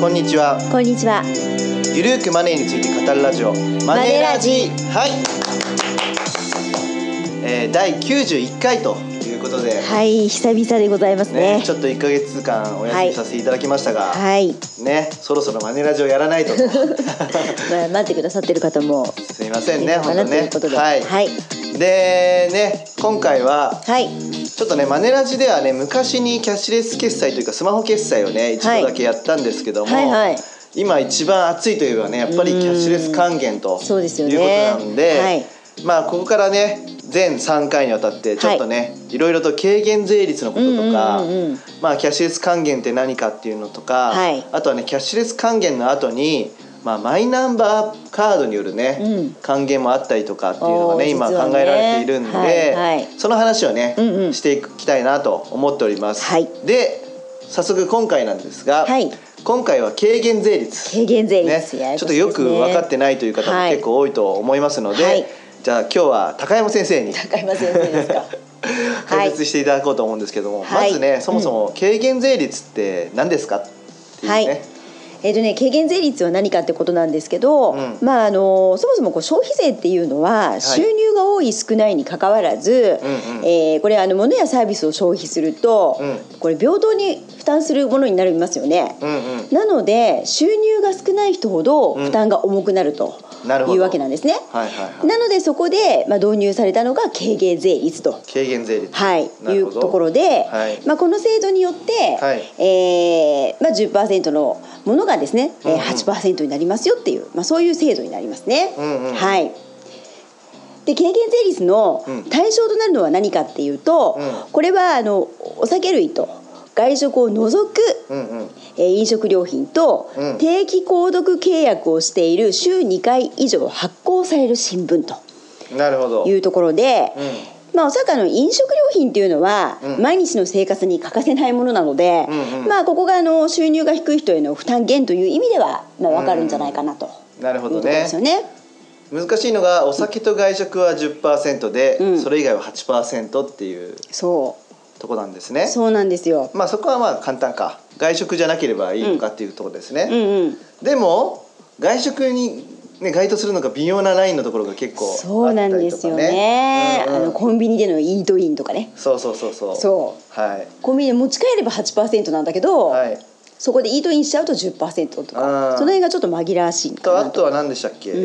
こんにちは。 こんにちは。 ゆるーくマネーについて語るラジオマネラジ。はい、第91回ということで、 はい、久々でございますね。 ちょっと1ヶ月間お休みさせていただきましたが、 はいね、そろそろマネラジオやらないとまあ、待ってくださってる方もすみませんね、本当ね。 はい、はい、 でね、今回は、 はい、 ちょっとねマネラジではね、昔にキャッシュレス決済というかスマホ決済をね一度だけやったんですけども、 はいはい、 今一番熱いといえばね、やっぱりキャッシュレス還元ということなんで、 はい、 まあここからね全3回にわたってちょっとね、いろいろと軽減税率のこととか、まあキャッシュレス還元って何かっていうのとか、 はい、 あとはねキャッシュレス還元の後にまあ、マイナンバーカードによるね、還元もあったりとかっていうのがね今考えられているんで、 はいはい、 その話をね、していきたいなと思っております、はい、で早速今回なんですが、はい、今回は軽減税率、 軽減税率、 ね、ちょっとよく分かってないという方も結構多いと思いますので、はい、じゃあ今日は高山先生に高山先生ですか解説していただこうと思うんですけども、はい、まずねそもそも軽減税率って何ですかっていうね、はい軽減税率は何かってことなんですけど、まあそもそも消費税っていうのは収入が多い少ないにかかわらず、これ物やサービスを消費すると、これ平等に負担するものになりますよね、なので収入が少ない人ほど負担が重くなるというわけなんですね。なのでそこで、導入されたのが軽減税率と軽減税率、 はい、いうところで、この制度によって、10% のものがですね、8% になりますよっていう、そういう制度になりますね。はい。で軽減税率の対象となるのは何かっていうと、これはお酒類と外食を除く、飲食料品と、定期購読契約をしている週2回以上発行される新聞というところで、おそらく飲食料品っていうのは、毎日の生活に欠かせないものなので、ここが収入が低い人への負担減という意味では、分かるんじゃないかなというところですよね。 難しいのがお酒と外食は 10% で、それ以外は 8% っていうとこなんですね。 そうなんですよ。 そこは簡単か、外食じゃなければいいのかっていうところですね。でも外食に該当するのが微妙なラインのところが結構あったりとかね。 そうなんですよね。コンビニでのイートインとかね。 そう、 はい、コンビニで持ち帰れば 8% なんだけど、そこでイートインしちゃうと 10% とか、その辺がちょっと紛らわしいかなと。 あとは何でしたっけ、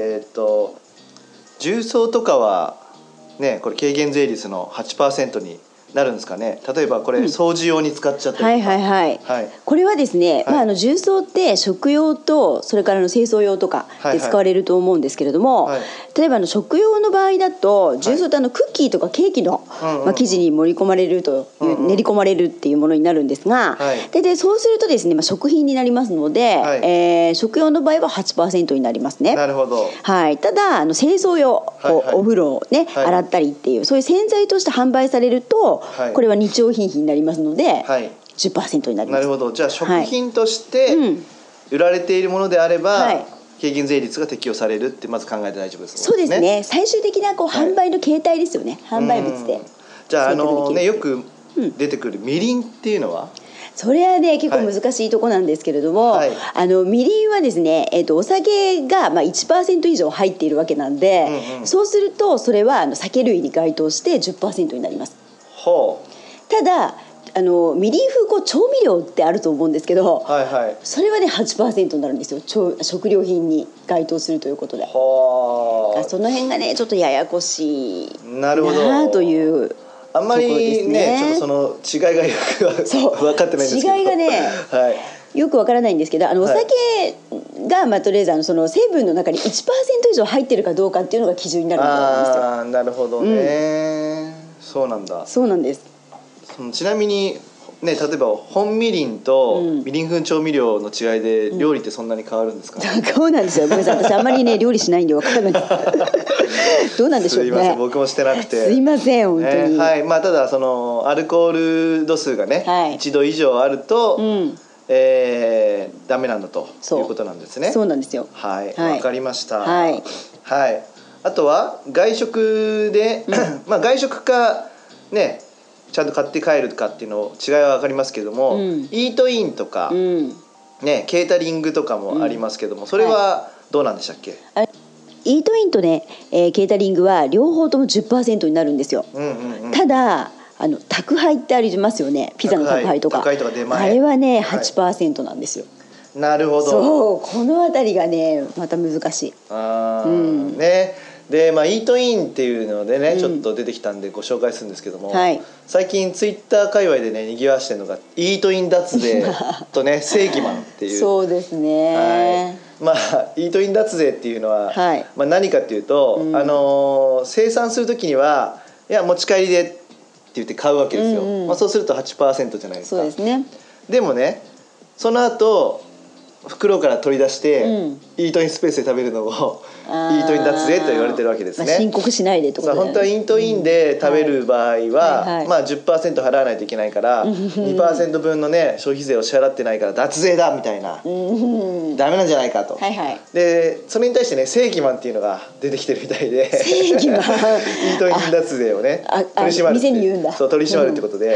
重曹とかはね、これ軽減税率の 8% になるんですかね。例えばこれ掃除用に使っちゃったりとか、 これはですね、重曹って食用とそれから清掃用とかで使われると思うんですけれども、例えば食用の場合だと重曹ってクッキーとかケーキの生地に盛り込まれるという練り込まれるっていうものになるんですが、でそうするとですね、食品になりますので、食用の場合は 8% になりますね。 なるほど。 はい、ただ清掃用、お風呂をね、洗ったりっていうそういう洗剤として販売されると、これは日用品になりますので、10% になります。 なるほど。じゃあ食品として売られているものであれば、軽減税率が適用されるってまず考えて大丈夫ですね。 そうですね。最終的な販売の形態ですよね。販売物で。 じゃあよく出てくるみりんっていうのは、 それはね結構難しいとこなんですけれども、みりんはですね、お酒が1% 以上入っているわけなんで、そうするとそれは酒類に該当して 10% になります。ただみりん風調味料ってあると思うんですけど、それはね 8% になるんですよ。食料品に該当するということで、その辺がねちょっとややこしいなというあんまりね、ちょっとその違いがよく分かってないんですけど、 違いがね、よく分からないんですけど、お酒がとりあえずその成分の中に 1% 以上入ってるかどうかっていうのが基準になるんですよ。 なるほどね、そうなんだ。 そうなんです。 ちなみにね、例えば本みりんとみりん風調味料の違いで料理ってそんなに変わるんですか？ そうなんですよ。ごめんなさい、私あんまりね料理しないんで分からないどうなんでしょうね。 すいません、僕もしてなくて。 すいません本当に。 ただそのアルコール度数がね、1度以上あるとダメなんだということなんですね。 そうなんですよ。 わかりました。あとは外食で外食かねちゃんと買って帰るかっていうの違いは分かりますけども、イートインとか、 ね、ケータリングとかもありますけども、それはどうなんでしたっけ？ イートインとね、ケータリングは両方とも 10% になるんですよ。ただ宅配ってありますよね。ピザの宅配とか、あれはね 8% なんですよ。 なるほど。 そう、このあたりがねまた難しい。 ね。でイートインっていうのでね、ちょっと出てきたんでご紹介するんですけども、最近ツイッター界隈でね賑わしてるのがイートイン脱税とね正義マンっていう。そうですね。イートイン脱税っていうのは、何かっていうと、生産する時にはいや持ち帰りでって言って買うわけですよ。そうすると 8% じゃないですか。そうですね。でもね、その後袋から取り出して、イートインスペースで食べるのをイートイン脱税と言われてるわけですね。申告しないでってことで、本当はイートインで食べる場合は、10% 払わないといけないから、2% 分のね消費税を支払ってないから脱税だみたいな、ダメなんじゃないかと。でそれに対してね正義マンっていうのが出てきてるみたいで、正義マンイートイン脱税をね取り締まる、店に言うんだ。そう、取り締まるってことで、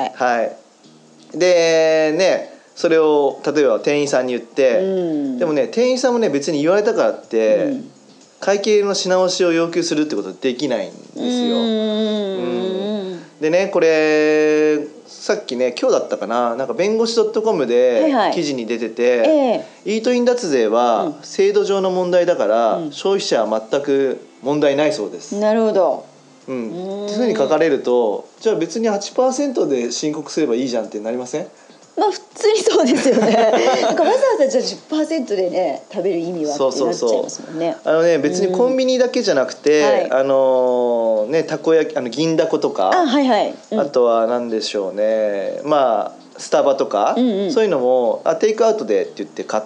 でね、それを例えば店員さんに言って、でもね店員さんもね別に言われたからって、会計のし直しを要求するってことはできないんですよ。でね、これさっきね今日だったかな、なんか弁護士 .com で記事に出てて、イートイン脱税は制度上の問題だから、消費者は全く問題ないそうです。なるほど。っていうふうに書かれると、じゃあ別に 8% で申告すればいいじゃんってなりません？普通にそうですよね。なんかわざわざじゃあ 10% でね食べる意味はってなっちゃいますもんね。別にコンビニだけじゃなくて、たこ焼き銀だことか、あとは何でしょうね、スタバとか、そういうのもテイクアウトでって言って買って、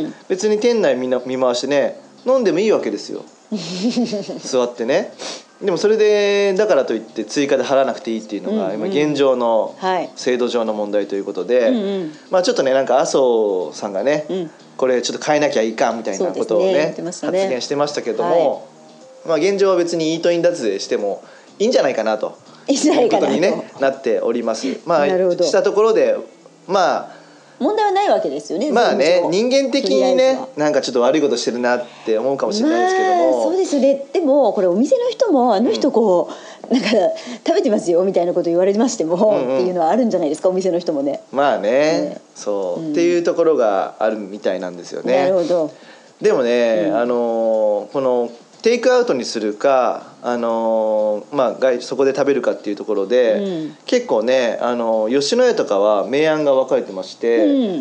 別に店内見回してね飲んでもいいわけですよ。座ってね。でもそれでだからといって追加で払わなくていいっていうのが今現状の制度上の問題ということで、ちょっとねなんか麻生さんがね、これちょっと変えなきゃいかんみたいなことをね発言してましたけども、現状は別にイートイン脱税してもいいんじゃないかなということになっております。したところで問題はないわけですよね。人間的にねなんかちょっと悪いことしてるなって思うかもしれないですけども、そうですよね。でもこれお店の人もあの人なんか食べてますよみたいなこと言われましても、っていうのはあるんじゃないですか、お店の人もね。そうっていうところがあるみたいなんですよね。なるほど。でもね、このテイクアウトにするか、そこで食べるかっていうところで、結構ね吉野家とかは明暗が分かれてまして、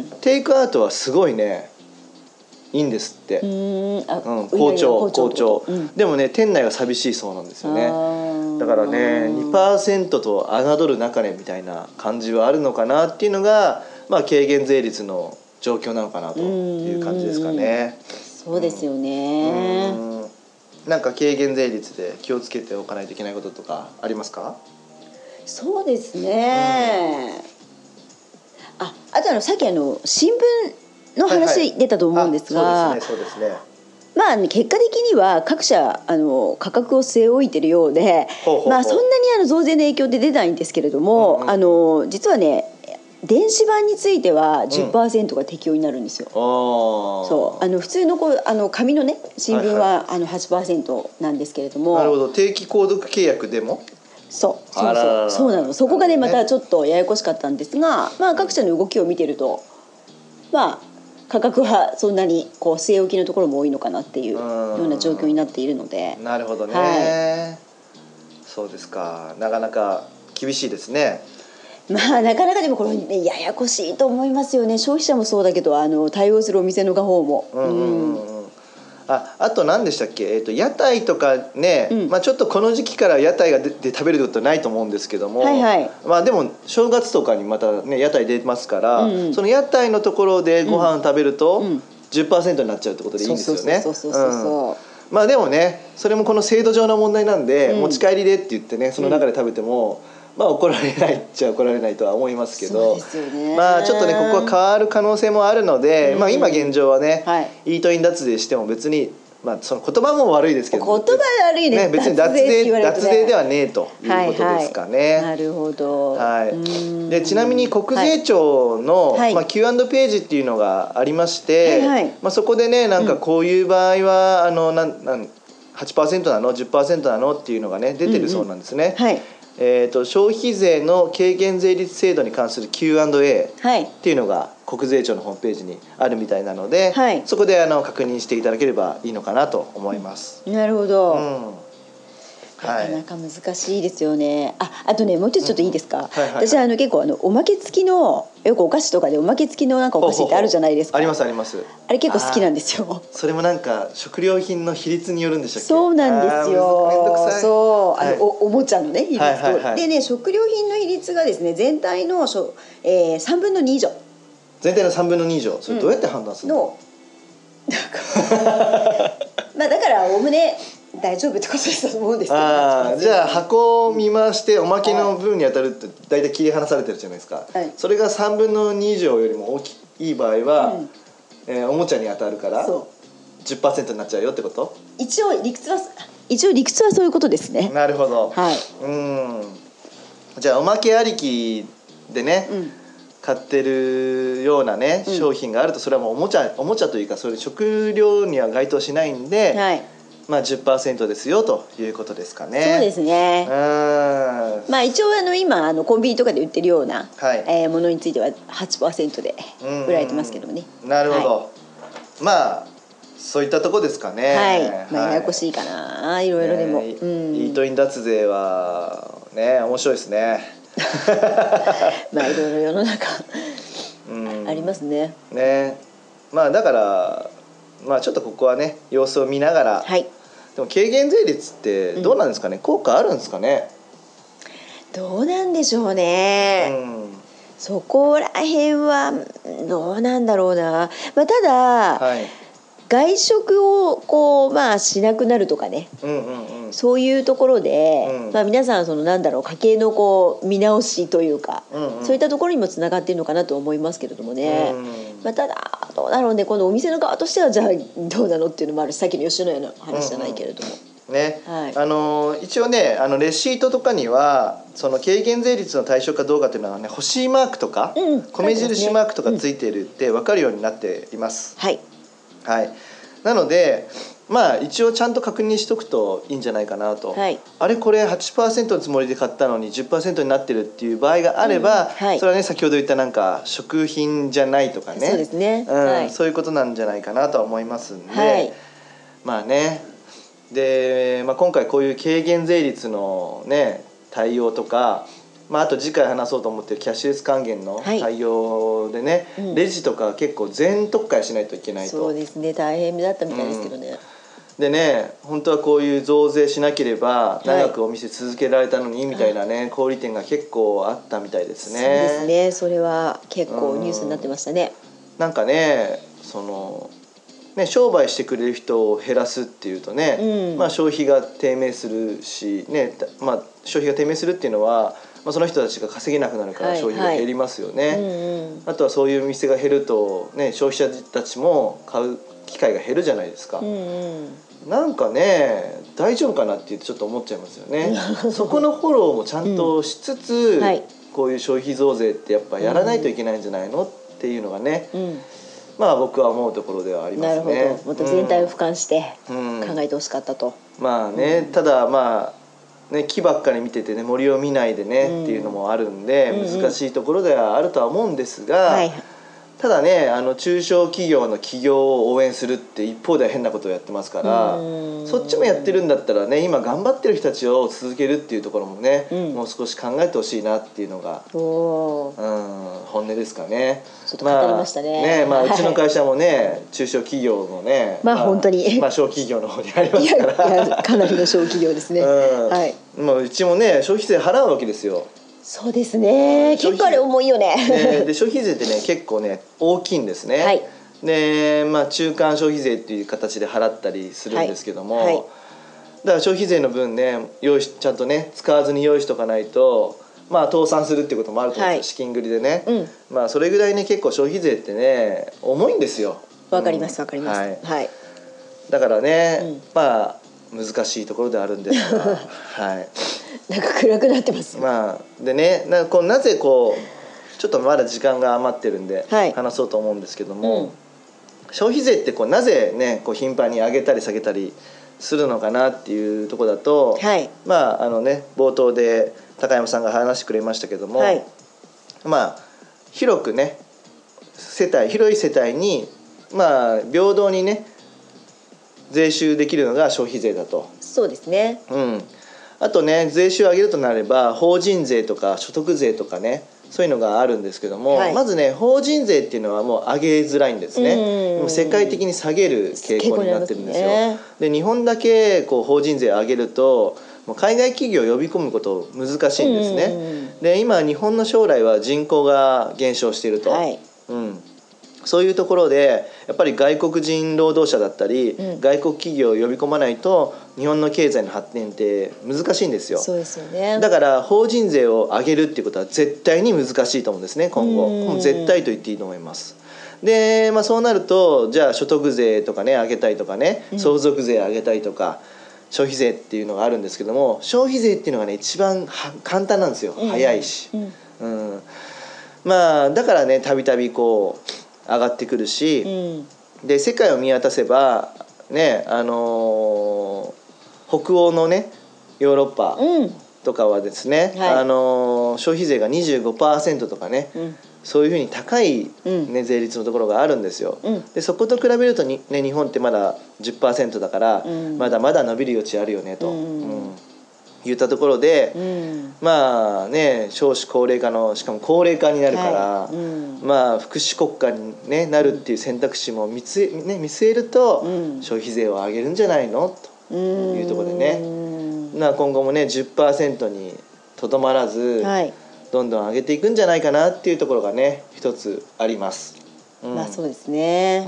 テイクアウトはすごいねいいんですって。好調、でもね店内が寂しいそうなんですよね。だからね 2% と侮るなかれみたいな感じはあるのかなっていうのが、軽減税率の状況なのかなという感じですかね。そうですよね。なんか軽減税率で気をつけておかないといけないこととかありますか？そうですね、あとさっき新聞の話出たと思うんですが、そうですね。結果的には各社価格を据え置いてるようで、そんなに増税の影響って出ないんですけれども、実はね電子版については 10% が適用になるんですよ。そう普通の紙のね新聞は8% なんですけれども。なるほど。定期購読契約でもそうなの。そこがねまたちょっとややこしかったんですが、各社の動きを見てると価格はそんなに据え置きのところも多いのかなっていうような状況になっているので。なるほどね、そうですか。なかなか厳しいですね。なかなかでもこれ、ね、ややこしいと思いますよね。消費者もそうだけど対応するお店の方も。あと何でしたっけ、屋台とかね、ちょっとこの時期から屋台がで食べることないと思うんですけども、でも正月とかにまたね屋台出ますから、その屋台のところでご飯食べると 10% になっちゃうってことでいいんですよね。でもねそれもこの制度上の問題なんで、持ち帰りでって言ってねその中で食べても、怒られないっちゃ怒られないとは思いますけど、ちょっとねここは変わる可能性もあるので、今現状はね、イートイン脱税しても別にまあその言葉も悪いですけど、 言葉悪いね、 別に脱税ではねえということですかね。 なるほど。 でちなみに国税庁の、Q&A ページっていうのがありまして、そこでねなんかこういう場合は8% なの 10% なのっていうのがね出てるそうなんですね。消費税の軽減税率制度に関する Q&A っていうのが国税庁のホームページにあるみたいなので、そこで確認していただければいいのかなと思います。 なるほど。なかなか難しいですよね。あとねもう一つちょっといいですか。私は結構おまけ付きのよくお菓子とかでおまけ付きのなんかお菓子ってあるじゃないですか。 ありますあります。 あれ結構好きなんですよ。 それもなんか食料品の比率によるんでしたっけ。 そうなんですよ。 めんどくさい。 そうおもちゃのね比率とでね食料品の比率がですね全体の3分の2以上。 全体の3分の2以上。それどうやって判断するの？ まあだからおおむね大丈夫ってことですと思うんですけど。 じゃあ箱を見回しておまけの部分に当たるって大体切り離されてるじゃないですか。それが3分の2以上よりも大きい場合は、おもちゃに当たるから 10% になっちゃうよってこと？一応理屈はそういうことですね。 なるほど。じゃあおまけありきでね、買ってるようなね商品があるとそれはもうおもちゃというかそれ食料には該当しないんで、まあ 10% ですよということですかね。 そうですね。まあ一応今コンビニとかで売ってるようなものについては 8% で売られてますけどもね。 なるほど。まあそういったとこですかね。 まあややこしいかな、いろいろでも。イートイン脱税はね面白いですね。 まあいろいろ世の中ありますね。 まあだからまあちょっとここはね様子を見ながら。でも軽減税率ってどうなんですかね、効果あるんですかね。 どうなんでしょうね。そこら辺はどうなんだろうな。まあただ、外食をしなくなるとかね、そういうところで、皆さんなんだろう家計の見直しというか、そういったところにもつながっているのかなと思いますけれどもね。ただどうだろうね、このお店の側としてはじゃあどうなのっていうのもあるし、さっきの吉野家の話じゃないけれども。 一応ねレシートとかにはその軽減税率の対象かどうかっていうのはね星マークとか、米印マークとかついているって分かるようになっています。なのでまあ一応ちゃんと確認しとくといいんじゃないかなと。あれこれ 8% のつもりで買ったのに 10% になってるっていう場合があれば、それはね先ほど言ったなんか食品じゃないとかね、そういうことなんじゃないかなとは思いますんで、まあねで、今回こういう軽減税率のね対応とか、あと次回話そうと思ってるキャッシュレス還元の対応でね、レジとか結構全特化しないといけないと。 そうですね、大変だったみたいですけどね。 でね本当はこういう増税しなければ長くお店続けられたのにみたいなね、小売店が結構あったみたいですね。 そうですね、それは結構ニュースになってましたね。 なんかね商売してくれる人を減らすっていうとね、消費が低迷するしね、消費が低迷するっていうのは、その人たちが稼げなくなるから消費が減りますよね。あとはそういう店が減ると、消費者たちも買う機会が減るじゃないですか。なんかね大丈夫かなってちょっと思っちゃいますよね。そこのフォローもちゃんとしつつ、こういう消費増税ってやっぱやらないといけないんじゃないのっていうのがね、僕は思うところではありますね。 なるほど、もっと全体を俯瞰して考えてほしかったと。 ただ木ばっかり見ててね森を見ないでねっていうのもあるんで、難しいところではあるとは思うんですが、ただね中小企業の起業を応援するって一方では変なことをやってますから、そっちもやってるんだったらね今頑張ってる人たちを続けるっていうところもね、もう少し考えてほしいなっていうのが本音ですかね。 ちょっと語りましたね。 うちの会社もね中小企業のね本当に小企業の方にありますからかなりの小企業ですね。 うちもね消費税払うわけですよ。 そうですね、結構あれ重いよね。 で消費税ってね結構ね大きいんですね。で中間消費税っていう形で払ったりするんですけども、だから消費税の分ねちゃんとね使わずに用意しとかないと倒産するっていうこともあると思うんですよ、資金繰りでね。それぐらいね結構消費税ってね重いんですよ。 わかりますわかります。 だからね、まあ難しいところであるんですがはい、 なんか暗くなってます。 でね、なぜこうちょっとまだ時間が余ってるんで話そうと思うんですけども、消費税ってなぜね頻繁に上げたり下げたりするのかなっていうところだと、冒頭で高山さんが話してくれましたけども、広くね広い世帯に平等にね税収できるのが消費税だと。 そうですね。 あとね、税収を上げるとなれば法人税とか所得税とかね、そういうのがあるんですけども、まずね法人税っていうのはもう上げづらいんですね。もう世界的に下げる傾向になってるんですよ。で日本だけ法人税を上げるともう海外企業を呼び込むこと難しいんですね。で今日本の将来は人口が減少していると。そういうところでやっぱり外国人労働者だったり、外国企業を呼び込まないと日本の経済の発展って難しいんですよ。 そうですよね。 だから法人税を上げるっていうことは絶対に難しいと思うんですね。今後もう絶対と言っていいと思います。で、そうなるとじゃあ所得税とかね上げたいとかね、相続税上げたいとか消費税っていうのがあるんですけども、消費税っていうのがね一番簡単なんですよ。早いし、だからねたびたび上がってくるし、で世界を見渡せばね北欧のねヨーロッパとかはですね、消費税が 25% とかね、そういうふうに高い、税率のところがあるんですよ。でそこと比べると日本ってまだ 10% だから、まだまだ伸びる余地あるよねと、言ったところで、少子高齢化のしかも高齢化になるから、福祉国家に、なるっていう選択肢も見据えると、消費税を上げるんじゃないのというところでね、今後もね 10% にとどまらず、どんどん上げていくんじゃないかなっていうところがね一つあります。 そうですね。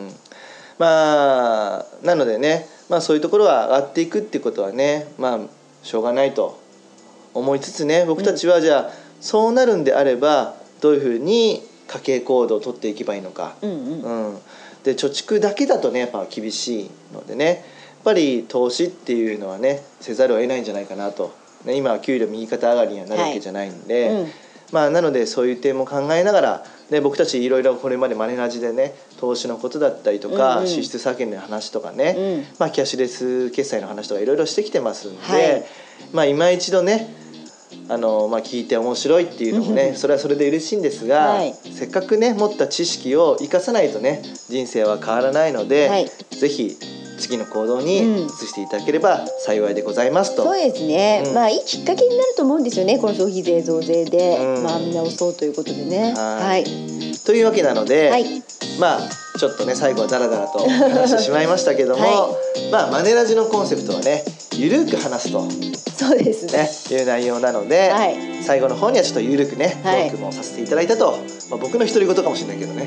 なのでね、そういうところは上がっていくっていうことはねしょうがないと思いつつね、僕たちはじゃあそうなるんであればどういうふうに家計行動を取っていけばいいのか、で貯蓄だけだとねやっぱ厳しいのでね、やっぱり投資っていうのはねせざるを得ないんじゃないかなと、今は給料右肩上がりにはなるわけじゃないんで、なのでそういう点も考えながら、僕たちいろいろこれまでマネラジでね投資のことだったりとか、支出削減の話とかね、キャッシュレス決済の話とかいろいろしてきてますんで、今一度ね聞いて面白いっていうのもね、それはそれで嬉しいんですが、せっかくね持った知識を生かさないとね人生は変わらないので、ぜひ次の行動に移していただければ幸いでございますと。 そうですね、いいきっかけになると思うんですよね、この消費税増税で、見直そうということでね。 というわけなので、ちょっとね最後はダラダラと話してしまいましたけども、マネラジのコンセプトはねゆるく話すとそうですねいう内容なので、最後の方にはちょっとゆるくねトークもさせていただいたと、僕の独り言かもしれないけどね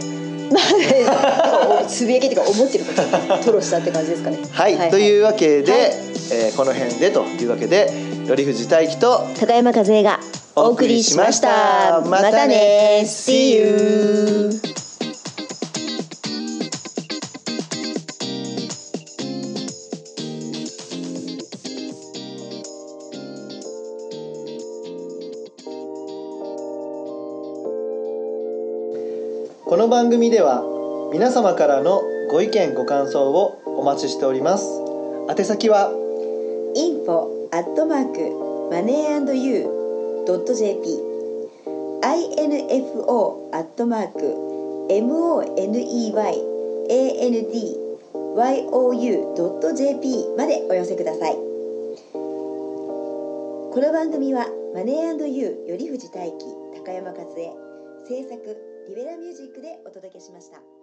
つぶやきというか思ってることを吐露したって感じですかね。 というわけで、この辺でというわけで頼藤大樹と高山和恵がお送りしました。またね See you。 この番組では皆様からのご意見ご感想をお待ちしております。宛先は info@moneyandyou.jp info@moneyandyou.jp までお寄せください。この番組はマネー&ユー頼藤大樹高山和恵制作リベラミュージックでお届けしました。